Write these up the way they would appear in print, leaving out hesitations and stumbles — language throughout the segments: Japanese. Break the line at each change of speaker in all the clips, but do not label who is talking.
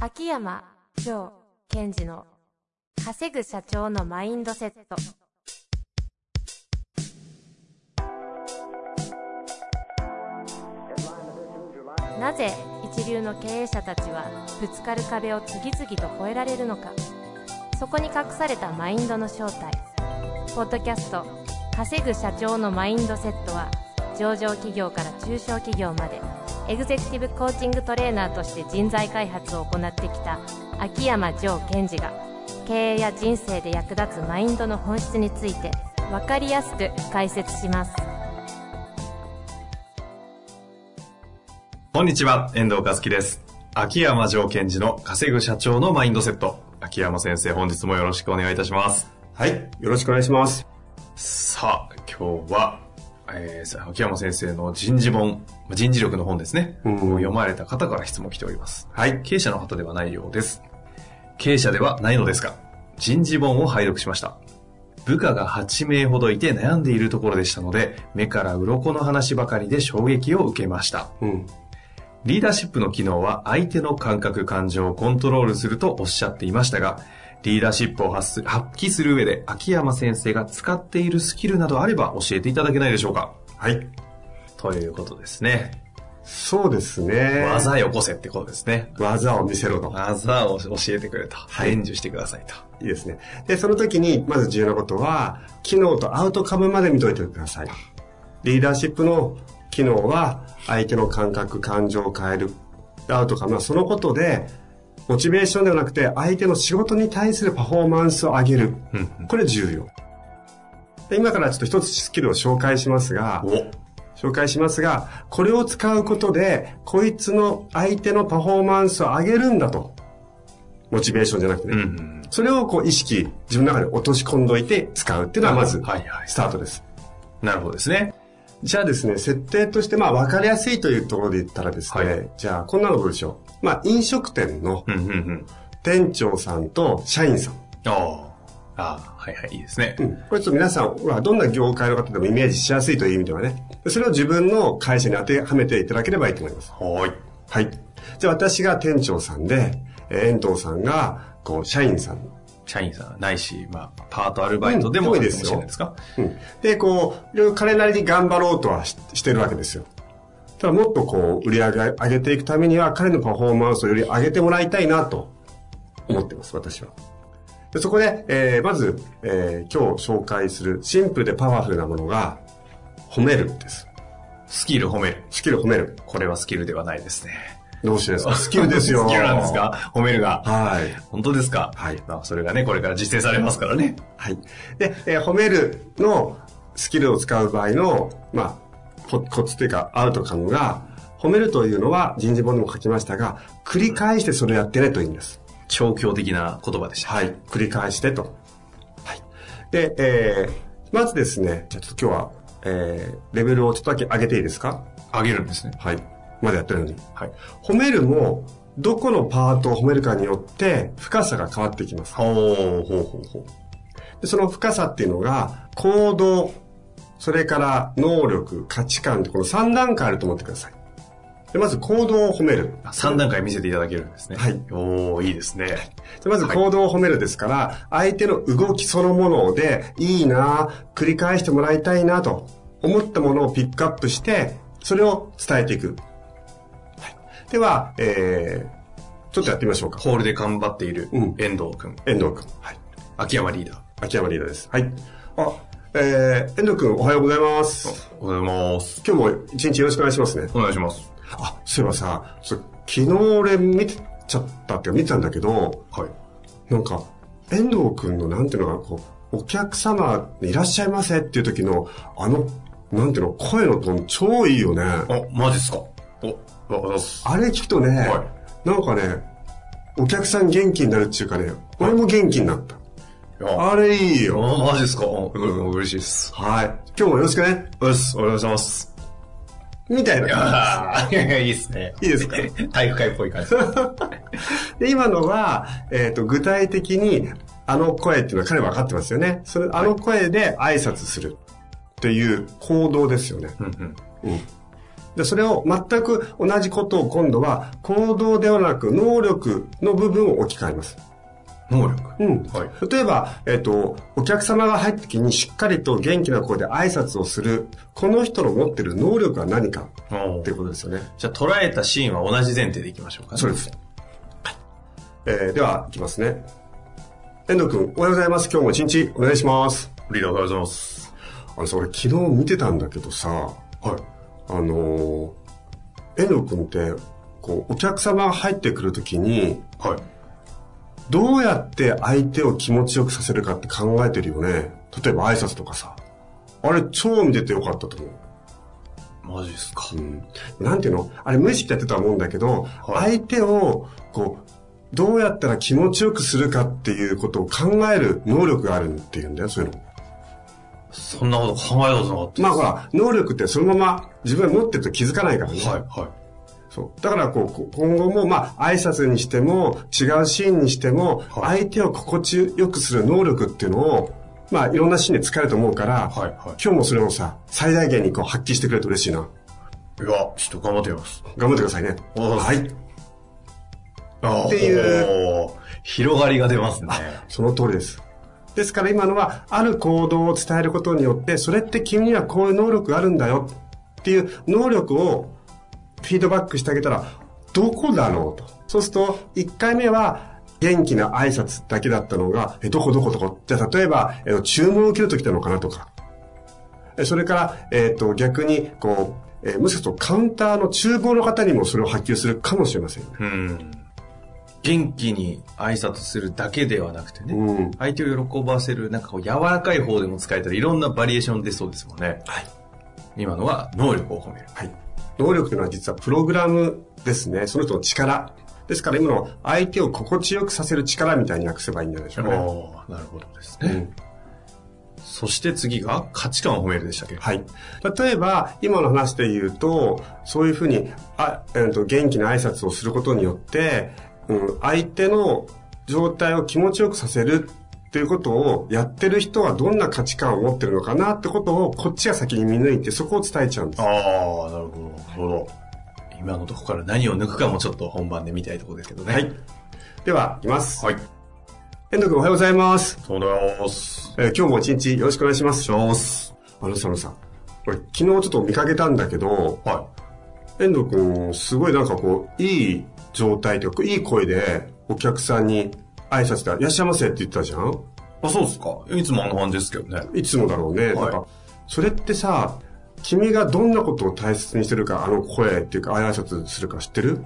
秋山城賢治の稼ぐ社長のマインドセット。なぜ一流の経営者たちはぶつかる壁を次々と越えられるのか。そこに隠されたマインドの正体。ポッドキャスト稼ぐ社長のマインドセットは、上場企業から中小企業までエグゼクティブコーチングトレーナーとして人材開発を行ってきた秋山城賢治が、経営や人生で役立つマインドの本質について分かりやすく解説します。
こんにちは、遠藤和樹です。秋山城賢治の稼ぐ社長のマインドセット。秋山先生、本日もよろしくお願いいたします。
はい、よろしくお願いします。
さあ、今日は、秋山先生の人事本、人事力の本ですね、読まれた方から質問来ております。はい、経営者の方ではないようです。経営者ではないのですが、人事本を拝読しました。部下が8名ほどいて悩んでいるところでしたので、目から鱗の話ばかりで衝撃を受けました。リーダーシップの機能は相手の感覚感情をコントロールするとおっしゃっていましたが、リーダーシップを発揮する上で秋山先生が使っているスキルなどあれば教えていただけないでしょうか。
はい。
ということですね。
そうですね。
技よこせってことですね。
技を見せろと。
技を教えてくれと。伝授してくださいと。
いいですね。で、その時にまず重要なことは、機能とアウトカムまで見といてください。リーダーシップの機能は相手の感覚感情を変える。アウトカムはそのことでモチベーションではなくて相手の仕事に対するパフォーマンスを上げる。これ重要。で、今からちょっと一つスキルを紹介しますが、これを使うことでこいつの相手のパフォーマンスを上げるんだと。モチベーションじゃなくてね。それをこう意識、自分の中で落とし込んどいて使うっていうのはまずスタートです。
なるほどですね。
じゃあですね、設定として分かりやすいというところで言ったらですね、じゃあこんなのどうでしょう。飲食店の店長さんと社員さん。
いいですね。
これちょっと皆さんはどんな業界の方でもイメージしやすいという意味ではね、それを自分の会社に当てはめていただければいいと思います。はい。じゃあ私が店長さんで、遠藤さんが社員さん
ないし、パートアルバイトでもいいですよ。
で、いろいろ彼なりに頑張ろうとはしてるわけですよ。ただもっと売り上げ上げていくためには彼のパフォーマンスをより上げてもらいたいなと思ってます、私は。でそこで、まず、今日紹介するシンプルでパワフルなものが、褒めるです。
スキル褒める。これはスキルではないですね。
どうしてですか？スキルですよ。
スキルなんですか？褒めるが。
はい。
本当ですか？
はい。
それがね、これから実践されますからね。
はい。で、褒めるのスキルを使う場合の、コツというかアウトカムが、褒めるというのは人事本でも書きましたが、繰り返してそれをやってねというんです。
調教的な言葉でした。
はい。繰り返してと。はい。で、まずですね、じゃあちょっと今日は、レベルをちょっとだけ上げていいですか？
上げるんですね。
はい。まだやってるのに。褒めるも、どこのパートを褒めるかによって、深さが変わってきます。で、その深さっていうのが、行動、それから能力、価値観ってこの3段階あると思ってください。で、まず行動を褒める。
3段階見せていただけるんですね。
はい。
いいですね。
でまず行動を褒めるですから、相手の動きそのもので、いいな、繰り返してもらいたいなと思ったものをピックアップして、それを伝えていく。では、ちょっとやってみましょうか。
ホールで頑張っている遠藤くん。
はい。
秋山リーダ
ーです。はい。遠藤くんおはようございます。
おはようございます。
今日も一日よろしくお願いしますね。
お願いします。
そういえばさ、昨日俺見てちゃったって見てたんだけど、なんか、遠藤くんのなんていうのかお客様いらっしゃいませっていう時の、なんていうの、声のトーン超いいよね。
マジっすか？
あれ聞くとね、なんかね、お客さん元気になるっていうかね、俺も元気になった。あれいいよ。
マジっすか？嬉しいです。
はい。今日もよろしくね。
お願いします。
みたいな。
いいっすね。
いいですか？
体育会っぽい感じ。
で、今のは、具体的に、声っていうのは彼分かってますよね。あの声で挨拶するっていう行動ですよね。 で、それを全く同じことを今度は行動ではなく能力の部分を置き換えます。
能力。
はい。例えば、お客様が入った時にしっかりと元気な声で挨拶をする。この人の持ってる能力は何かっていうことですよね。
じゃあ、捉えたシーンは同じ前提でいきましょうかね。
そうです。では、いきますね。遠藤君、おはようございます。今日も一日お願いします。
リーダーおはようございます。
俺昨日見てたんだけどさ、はい。遠藤君って、お客様が入ってくるときに、はい。どうやって相手を気持ちよくさせるかって考えてるよね。例えば挨拶とかさ。あれ超見ててよかったと思う。
マジっすか。
なんていうの？あれ無意識でやってたと思うんだけど、はい、相手を、どうやったら気持ちよくするかっていうことを考える能力があるっていうんだよ、そういうの。
そんなこと考えたことなかったです。
まあほら、能力ってそのまま自分が持ってると気づかないからね。
はい、はい。
そう。だから今後も挨拶にしても違うシーンにしても、相手を心地よくする能力っていうのをいろんなシーンで使えると思うから、はいはい、今日もそれをさ最大限に発揮してくれると嬉しいな。
いや、ちょっと頑張ってみます。
頑張ってくださいね。はい。
っていう広がりが出ますね。
その通りです。ですから今のはある行動を伝えることによって、それって君にはこういう能力があるんだよっていう能力をフィードバックしてあげたら、どこだろうと。そうすると、1回目は元気な挨拶だけだったのが、どこ。じゃあ例えば、注文を受けるときなのかなとか。それから、逆に、もしかするとカウンターの厨房の方にもそれを発揮するかもしれませんね。
元気に挨拶するだけではなくてね。相手を喜ばせる、柔らかい方でも使えたらいろんなバリエーション出そうですもんね。はい。今のは能力を褒める。
はい。能力というのは実はプログラムですね。その人の力。ですから今の相手を心地よくさせる力みたいに訳せばいいんじゃないでしょうかね。
なるほどですね。そして次が価値観を褒めるでしたっけ？
はい。例えば今の話で言うと、そういうふうに元気な挨拶をすることによって、相手の状態を気持ちよくさせるっていうことをやってる人はどんな価値観を持ってるのかなってことをこっちが先に見抜いてそこを伝えちゃうんです。
なるほど。今のところから何を抜くかもちょっと本番で見たいところですけどね。
はい。では、いきます。
はい。
遠藤君おはようございます。
そうです。
今日も一日よろしくお願いします。
します。
これ昨日ちょっと見かけたんだけど、はい。遠藤君すごいいい状態というか、いい声でお客さんに挨拶でいらっしゃいませって言ったじゃん。
そうですか。いつもあんな感じですけどね。
いつもだろうね。はい。それってさ、君がどんなことを大切にしてるか、声っていうか、挨拶するか知ってる？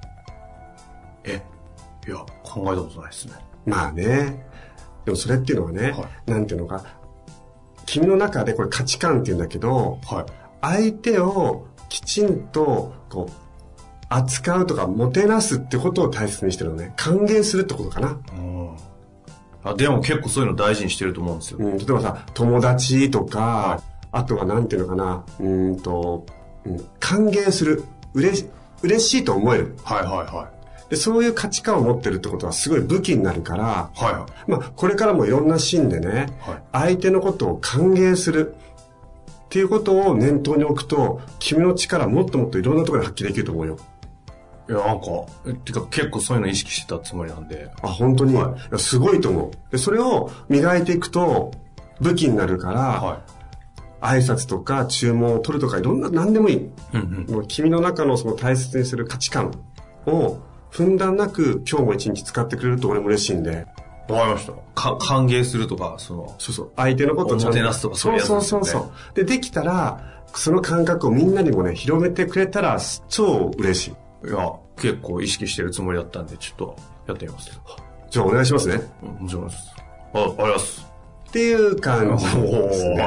いや、考えたことないですね。
まあね。でもそれっていうのはね、はい、なんていうのか、君の中でこれ価値観っていうんだけど、はい、相手をきちんと、扱うとか、もてなすってことを大切にしてるのね。還元するってことかな。
でも結構そういうの大事にしてると思うんですよ。
例えばさ、友達とか、はい、あとはなんていうのかな、還元する。嬉しいと思える。
はいはいはい。
で、そういう価値観を持ってるってことはすごい武器になるから、はいはい。これからもいろんなシーンでね、はい、相手のことを還元するっていうことを念頭に置くと、君の力もっともっといろんなところで発揮できると思うよ。
いや、結構そういうの意識してたつもりなんで。
本当に、はい、いやすごいと思う。で、それを磨いていくと武器になるから、はい、挨拶とか注文を取るとかいろんな何でもいい。もう君の中のその大切にする価値観をふんだんなく今日も一日使ってくれると俺も嬉しいんで。
わかりました。歓迎するとか、
そう。相手のことをちゃんと。
おもてなすとかそういうやつですね。
そう。で、できたら、その感覚をみんなにもね、広めてくれたら超嬉しい。
いや、結構意識してるつもりだったんで、ちょっとやってみます。
じゃあお願いしますね。
もちろんです。ありがとうございます。
っていう感じですね。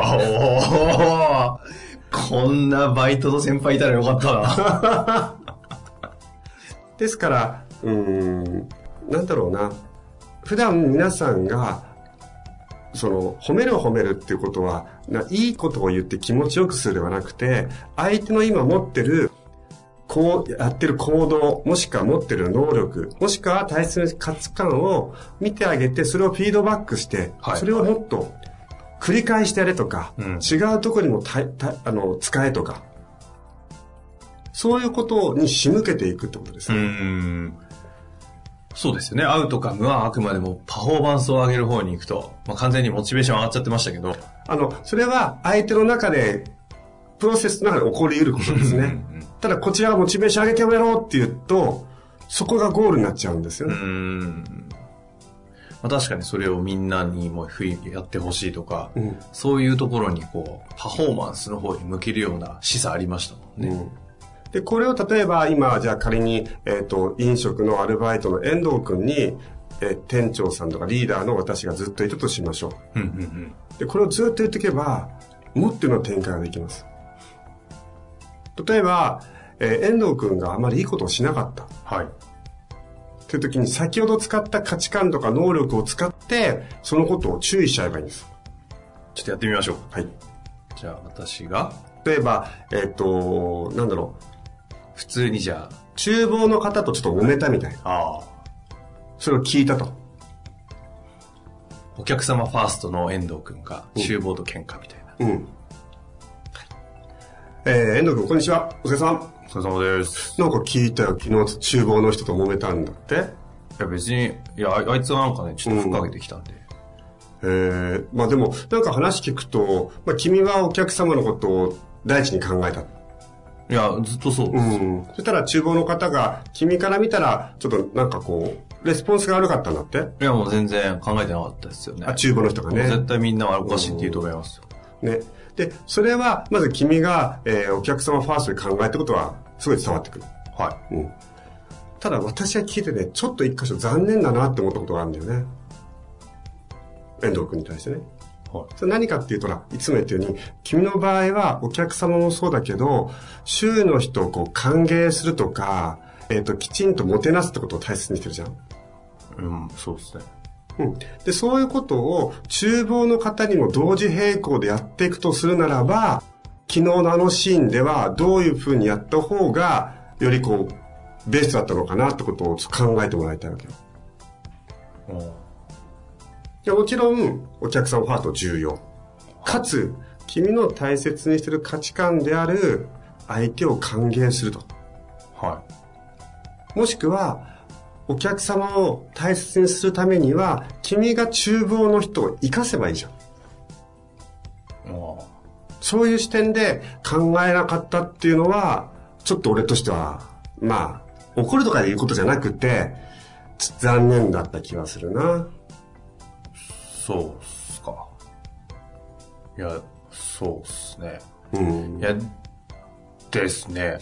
こんなバイトの先輩いたらよかったな。
ですから、なんだろうな。普段皆さんが、褒めるっていうことは、いいことを言って気持ちよくするではなくて、相手の今持ってる、こうやってる行動、もしくは持ってる能力、もしくは大切な価値観を見てあげて、それをフィードバックして、はい、それをもっと繰り返してやれとか、違うところにも使えとか、 そういうことに仕向けていくってことですね。
そうですよね。アウトカムはあくまでもパフォーマンスを上げる方に行くと、完全にモチベーション上がっちゃってましたけど。
それは相手の中で、プロセスの中で起こり得ることですね。ただこちらがモチベーション上げてやろうって言うと、そこがゴールになっちゃうんですよね。
確かにそれをみんなにもやってほしいとか、そういうところにパフォーマンスの方に向けるような示唆ありましたもんね。
で、これを例えば今、じゃあ仮に、飲食のアルバイトの遠藤くんに、店長さんとかリーダーの私がずっといたとしましょう。で、これをずっと言っていけば、もっというの展開ができます。例えば、遠藤くんがあまりいいことをしなかった。という時に先ほど使った価値観とか能力を使ってそのことを注意しちゃえばいいんです。
ちょっとやってみましょう。じゃあ私が
例えば
普通にじゃあ
厨房の方とちょっと揉めたみたいな。それを聞いたと。
お客様ファーストの遠藤くんが厨房と喧嘩みたいな。
遠藤くんこんにちは。お疲れ様。
お疲れ様です。
なんか聞いたよ。昨日厨房の人と揉めたんだって。
いや別に、あいつはなんかね、ちょっとふっかけてきたんで。
でも、なんか話聞くと、君はお客様のことを第一に考えた。
いや、ずっとそうです。
そしたら厨房の方が、君から見たら、ちょっとなんかレスポンスが悪かったんだって。
いや、もう全然考えてなかったですよね。
厨房の人がね。
絶対みんなはおかしいって言うと思いますよ。
ね。で、それは、まず君が、お客様ファーストで考えたことは、すごい伝わってくる。ただ私は聞いてね、ちょっと一箇所残念だなって思ったことがあるんだよね。遠藤君に対してね。それ何かっていうといつも言ったように、君の場合はお客様もそうだけど、周囲の人を歓迎するとか、きちんともてなすってことを大切にしてるじゃん。
そうですね。
で、そういうことを厨房の方にも同時並行でやっていくとするならば、昨日のシーンではどういう風にやった方がよりベストだったのかなってことを考えてもらいたいわけよ。もちろんお客さんファースト重要かつ君の大切にしている価値観である相手を歓迎すると、もしくはお客様を大切にするためには君が厨房の人を生かせばいいじゃん。そういう視点で考えなかったっていうのはちょっと俺としては怒るとかいうことじゃなくて残念だった気はするな。
そうっすか。いや、そうっすね。いや、ですね。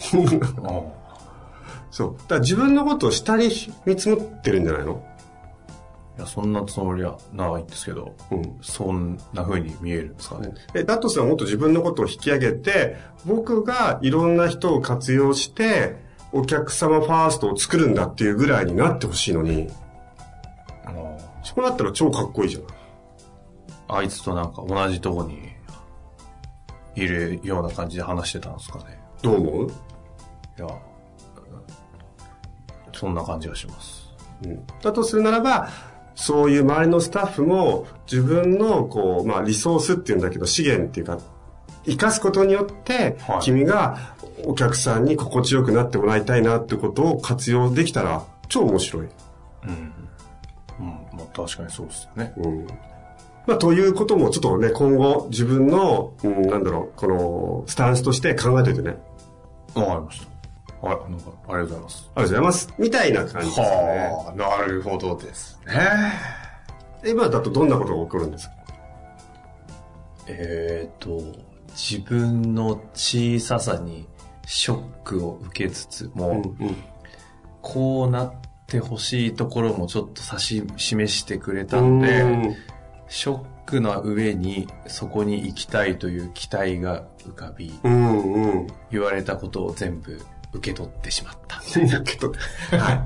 そう。だから自分のことを下に見積もってるんじゃないの？
いや、そんなつもりはないんですけど、そんな風に見えるんですかね。
だとしたらもっと自分のことを引き上げて、僕がいろんな人を活用して、お客様ファーストを作るんだっていうぐらいになってほしいのに、そうなったら超かっこいいじゃん。
あいつとなんか同じとこにいるような感じで話してたんですかね。
どう思う？
いや、そんな感じがします。
だとするならば、そういう周りのスタッフも自分のリソースっていうんだけど資源っていうか生かすことによって、君がお客さんに心地よくなってもらいたいなってことを活用できたら超面白い。
確かにそうですよね。
ということもちょっとね、今後自分の、このスタンスとして考えておいてね。
わかりました。ありがとうございます。
ありがとうございます。みたいな感じですね。
なるほどですね。
今だとどんなことが起こるんですか？
自分の小ささにショックを受けつつも、こうなってほしいところもちょっと示してくれたんで、ショックの上にそこに行きたいという期待が浮かび、言われたことを全部受け取ってしまったみたいな。受け取って。
はい。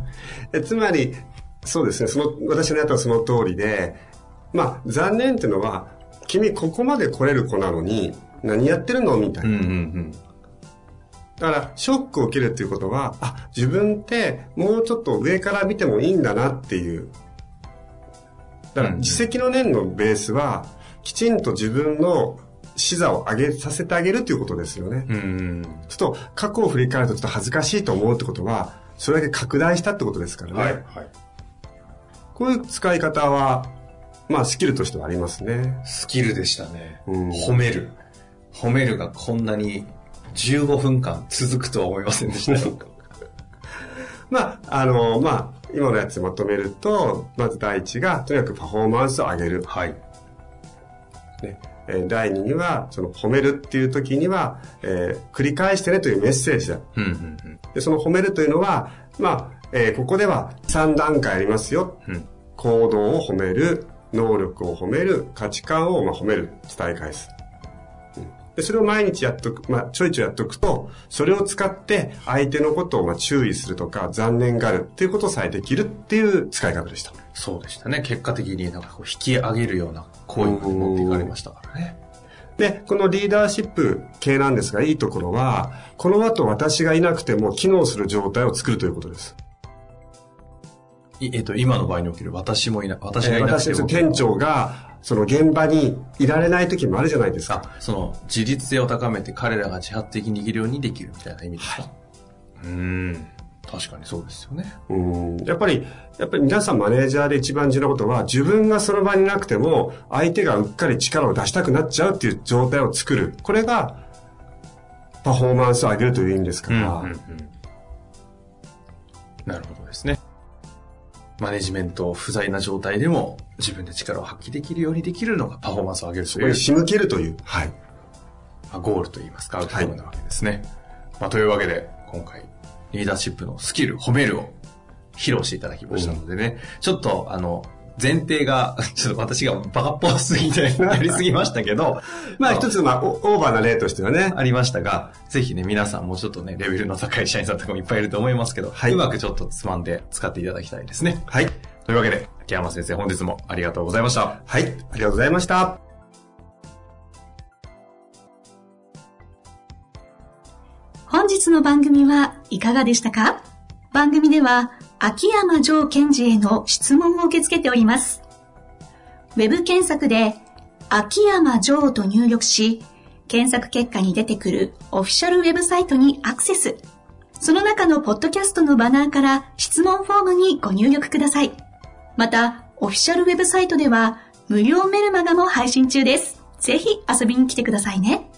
つまり、そうですね、私のやったらその通りで、残念っていうのは、君ここまで来れる子なのに、何やってるのみたいな。だから、ショックを受けるっていうことは、自分ってもうちょっと上から見てもいいんだなっていう。だから、自責の念のベースは、きちんと自分の視座を上げさせてあげるということですよね。ちょっと過去を振り返るとちょっと恥ずかしいと思うってことは、それだけ拡大したってことですからね。はいはい、こういう使い方は、スキルとしてはありますね。
スキルでしたね。褒める。褒めるがこんなに15分間続くとは思いませんでしたよ。
今のやつまとめると、まず第一が、とにかくパフォーマンスを上げる。はい。ね、第二には、その褒めるっていう時には、繰り返してねというメッセージだ。で、その褒めるというのは、ここでは3段階ありますよ。行動を褒める、能力を褒める、価値観を褒める、伝え返す。で、それを毎日やっとく、ちょいちょいやっとくと、それを使って相手のことを注意するとか、残念がるっていうことさえできるっていう使い方でした。
そうでしたね。結果的に引き上げるような行為に持っていかれましたからね。
で、このリーダーシップ系なんですが、いいところは、この後私がいなくても機能する状態を作るということです。
今の場合における私がいなくても。
店長が、その現場にいられない時もあるじゃないですか。
その自律性を高めて彼らが自発的にできるようにできるみたいな意味ですか。確かにそうですよね。
やっぱり皆さんマネージャーで一番重要なことは、自分がその場になくても相手がうっかり力を出したくなっちゃうっていう状態を作る。これがパフォーマンスを上げるという意味ですから。
なるほどですね。マネジメント不在な状態でも自分で力を発揮できるようにできるのがパフォーマンスを上げるという。
仕向けるという。はい。
ゴールといいますか、アウトカムなわけですね。というわけで、今回、リーダーシップのスキル、褒めるを披露していただきましたのでね、ちょっと前提が、ちょっと私がバカっぽすぎてやりすぎましたけど、
一つオーバーな例としてはね、
ありましたが、ぜひね、皆さんもうちょっとね、レベルの高い社員さんとかもいっぱいいると思いますけど、うまくちょっとつまんで使っていただきたいですね。はい。というわけで、秋山先生、本日もありがとうございました。
はい、ありがとうございました。
本日の番組はいかがでしたか？番組では、秋山城賢治への質問を受け付けております。ウェブ検索で、秋山城と入力し、検索結果に出てくるオフィシャルウェブサイトにアクセス。その中のポッドキャストのバナーから質問フォームにご入力ください。また、オフィシャルウェブサイトでは、無料メルマガも配信中です。ぜひ遊びに来てくださいね。